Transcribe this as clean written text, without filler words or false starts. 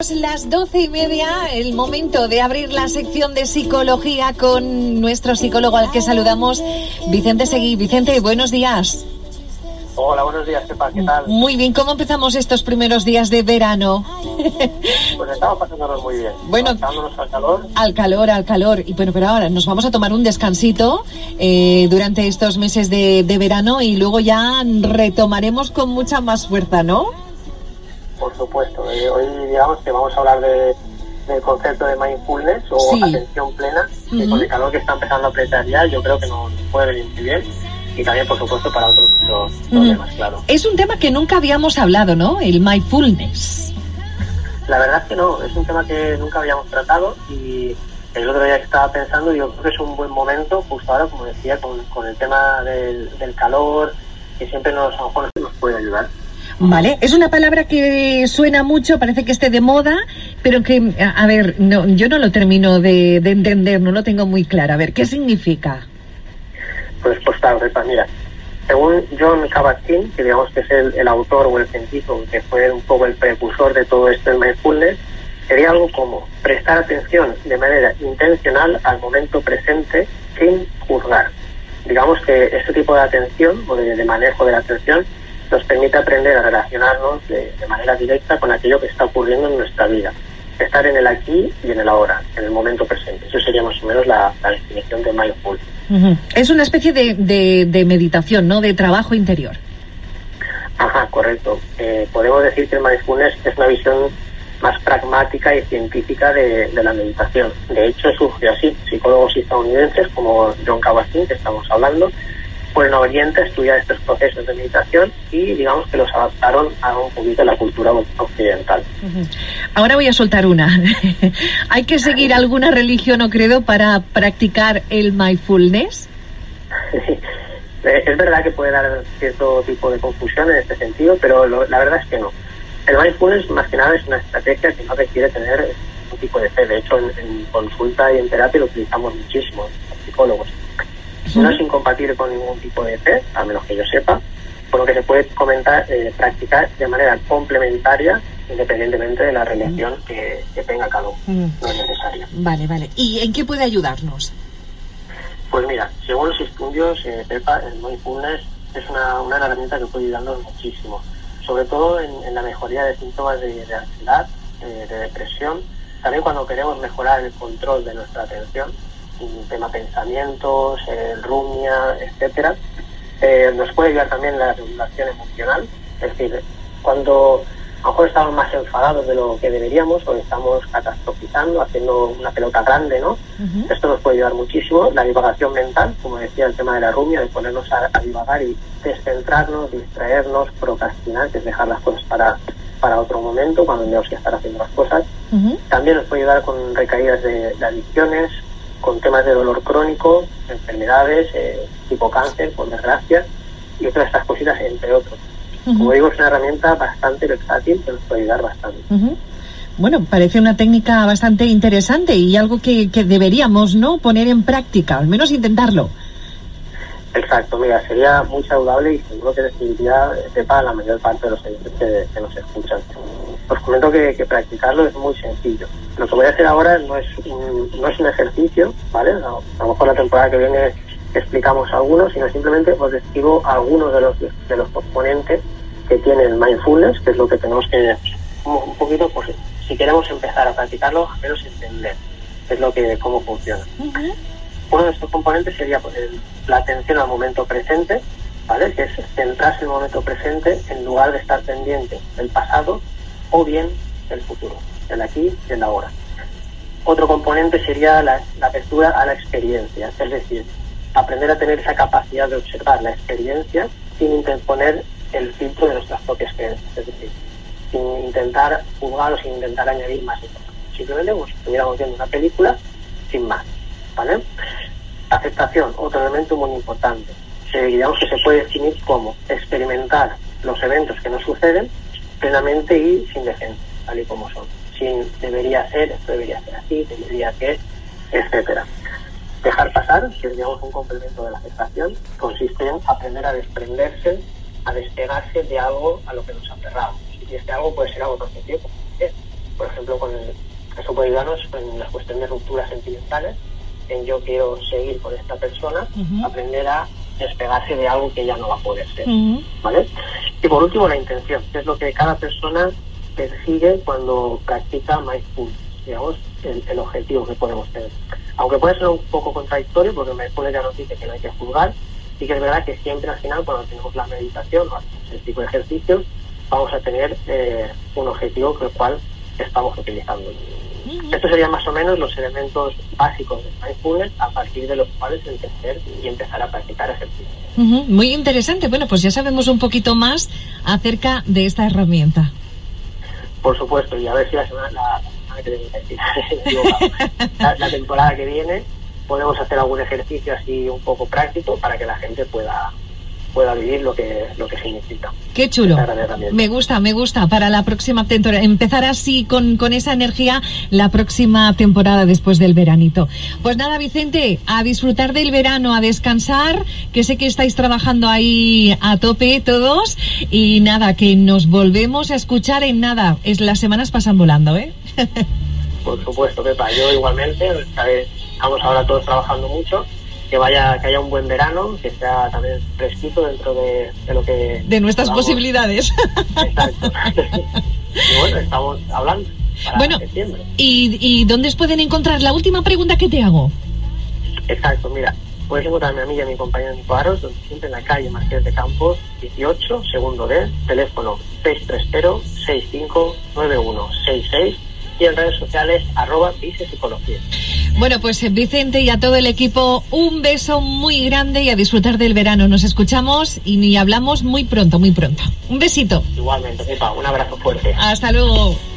Tenemos las 12:30, el momento de abrir la sección de psicología con nuestro psicólogo al que saludamos, Vicente Seguí. Vicente, buenos días. Hola, buenos días, ¿qué tal? Muy bien, ¿cómo empezamos estos primeros días de verano? Pues estamos pasándonos muy bien. Bueno, adaptándonos al calor. Al calor. Y bueno, pero ahora nos vamos a tomar un descansito durante estos meses de verano y luego ya retomaremos con mucha más fuerza, ¿no? Por supuesto. Hoy digamos que vamos a hablar del concepto de mindfulness o atención plena, que con el calor que está empezando a apretar ya, yo creo que nos puede venir muy bien. Y también, por supuesto, para otros problemas, claro. Es un tema que nunca habíamos hablado, ¿no? El mindfulness. La verdad es que no, es un tema que nunca habíamos tratado y el otro día que estaba pensando, yo creo que es un buen momento, justo ahora, como decía, con el tema del calor, que siempre a lo mejor nos puede ayudar. Vale, es una palabra que suena mucho, parece que esté de moda, pero que, a ver, no, yo no lo termino de entender, no lo tengo muy claro. A ver, ¿qué significa? Pues claro, mira, según Jon Kabat-Zinn, que digamos que es el autor o el científico que fue un poco el precursor de todo esto del mindfulness, sería algo como prestar atención de manera intencional al momento presente sin juzgar. Digamos que este tipo de atención o de manejo de la atención nos permite aprender a relacionarnos de manera directa con aquello que está ocurriendo en nuestra vida. Estar en el aquí y en el ahora, en el momento presente. Eso sería más o menos la definición de mindfulness. Uh-huh. Es una especie de meditación, ¿no? De trabajo interior. Ajá, correcto. Podemos decir que el mindfulness es una visión más pragmática y científica de la meditación. De hecho, surgió así. Psicólogos estadounidenses como Jon Kabat-Zinn, que estamos hablando, fueron a Oriente a estudiar estos procesos de meditación y digamos que los adaptaron a un poquito la cultura occidental. Ahora voy a soltar una. ¿Hay que seguir alguna religión o credo para practicar el mindfulness? Es verdad que puede dar cierto tipo de confusión en este sentido, pero la verdad es que no. El mindfulness más que nada es una estrategia que no requiere tener un tipo de fe. De hecho, en consulta y en terapia lo utilizamos muchísimo los psicólogos. No es incompatible con ningún tipo de fe, al menos que yo sepa, por lo que se puede practicar de manera complementaria independientemente de la religión que tenga cada uno. No es necesario. Vale. ¿Y en qué puede ayudarnos? Pues mira, según los estudios, Pepa, el mindfulness es una herramienta que puede ayudarnos muchísimo, sobre todo en la mejoría de síntomas de ansiedad, de depresión, también cuando queremos mejorar el control de nuestra atención, tema pensamientos, rumia, etcétera. Nos puede ayudar también en la regulación emocional, es decir, cuando a lo mejor estamos más enfadados de lo que deberíamos o estamos catastrofizando, haciendo una pelota grande, ¿no? Uh-huh. Esto nos puede ayudar muchísimo. La divagación mental, como decía el tema de la rumia, de ponernos a divagar y descentrarnos, distraernos, procrastinar, que es dejar las cosas para otro momento, cuando tenemos que estar haciendo las cosas. Uh-huh. También nos puede ayudar con recaídas de adicciones, con temas de dolor crónico, enfermedades tipo cáncer, por desgracia, y otras estas cositas, entre otros. Uh-huh. Como digo, es una herramienta bastante versátil que nos puede ayudar bastante. Uh-huh. Bueno, parece una técnica bastante interesante y algo que deberíamos, ¿no?, poner en práctica, al menos intentarlo. Exacto, mira, sería muy saludable y seguro que definiría sepa la mayor parte de los oyentes que nos escuchan. Os comento que practicarlo es muy sencillo. Lo que voy a hacer ahora no es un ejercicio, ¿vale? A lo mejor la temporada que viene explicamos algunos, sino simplemente os describo algunos de los componentes que tiene el mindfulness, que es lo que tenemos que un poquito, pues si queremos empezar a practicarlo, al menos entender cómo funciona. Uh-huh. Uno de estos componentes sería pues, la atención al momento presente, ¿vale? Que es centrarse en el momento presente en lugar de estar pendiente del pasado o bien del futuro, del aquí y del ahora. Otro componente sería la apertura a la experiencia, es decir, aprender a tener esa capacidad de observar la experiencia sin interponer el filtro de nuestras propias creencias, es decir, sin intentar juzgar o sin intentar añadir más información. Simplemente pues, estuviéramos viendo una película sin más, ¿vale? Aceptación, otro elemento muy importante. Digamos que se puede definir como experimentar los eventos que nos suceden plenamente y sin defensa, tal y como son. Sin debería ser, esto debería ser así, debería que, etcétera. Dejar pasar, que es digamos un complemento de la aceptación, consiste en aprender a desprenderse, a despegarse de algo a lo que nos aferramos. Y este algo puede ser algo tan sencillo como por ejemplo, ayudarnos en la cuestión de rupturas sentimentales, en yo quiero seguir con esta persona, aprender a despegarse de algo que ya no va a poder ser, ¿vale? Y por último, la intención, que es lo que cada persona persigue cuando practica mindfulness, digamos, el objetivo que podemos tener. Aunque puede ser un poco contradictorio, porque mindfulness ya nos dice que no hay que juzgar, sí que es verdad que siempre al final, cuando tenemos la meditación o ese tipo de ejercicios, vamos a tener un objetivo con el cual estamos utilizando. Estos serían más o menos los elementos básicos de mindfulness, a partir de los cuales entender y empezar a practicar ejercicios. Muy interesante. Bueno, pues ya sabemos un poquito más acerca de esta herramienta. Por supuesto, y a ver si la temporada que viene podemos hacer algún ejercicio así un poco práctico para que la gente pueda vivir lo que significa. Qué chulo. Me gusta para la próxima temporada. Empezar así con esa energía la próxima temporada después del veranito. Pues nada, Vicente, a disfrutar del verano, a descansar, que sé que estáis trabajando ahí a tope todos, y nada, que nos volvemos a escuchar en nada. Las semanas pasan volando, ¿eh? Por supuesto, Pepa. Yo igualmente, estamos ahora todos trabajando mucho. Que haya un buen verano, que sea también fresquito dentro de lo que... De nuestras posibilidades. Exacto. Y bueno, estamos hablando para septiembre. ¿Y dónde os pueden encontrar? La última pregunta que te hago. Exacto, mira, puedes encontrarme a mí y a mi compañero Nico Aros, donde siempre en la calle Marqués de Campos, 18, segundo D, teléfono 630-659166, y en redes sociales @vicepsicología. Bueno, pues Vicente y a todo el equipo, un beso muy grande y a disfrutar del verano. Nos escuchamos y hablamos muy pronto, muy pronto. Un besito. Igualmente, Pepa, un abrazo fuerte. Hasta luego.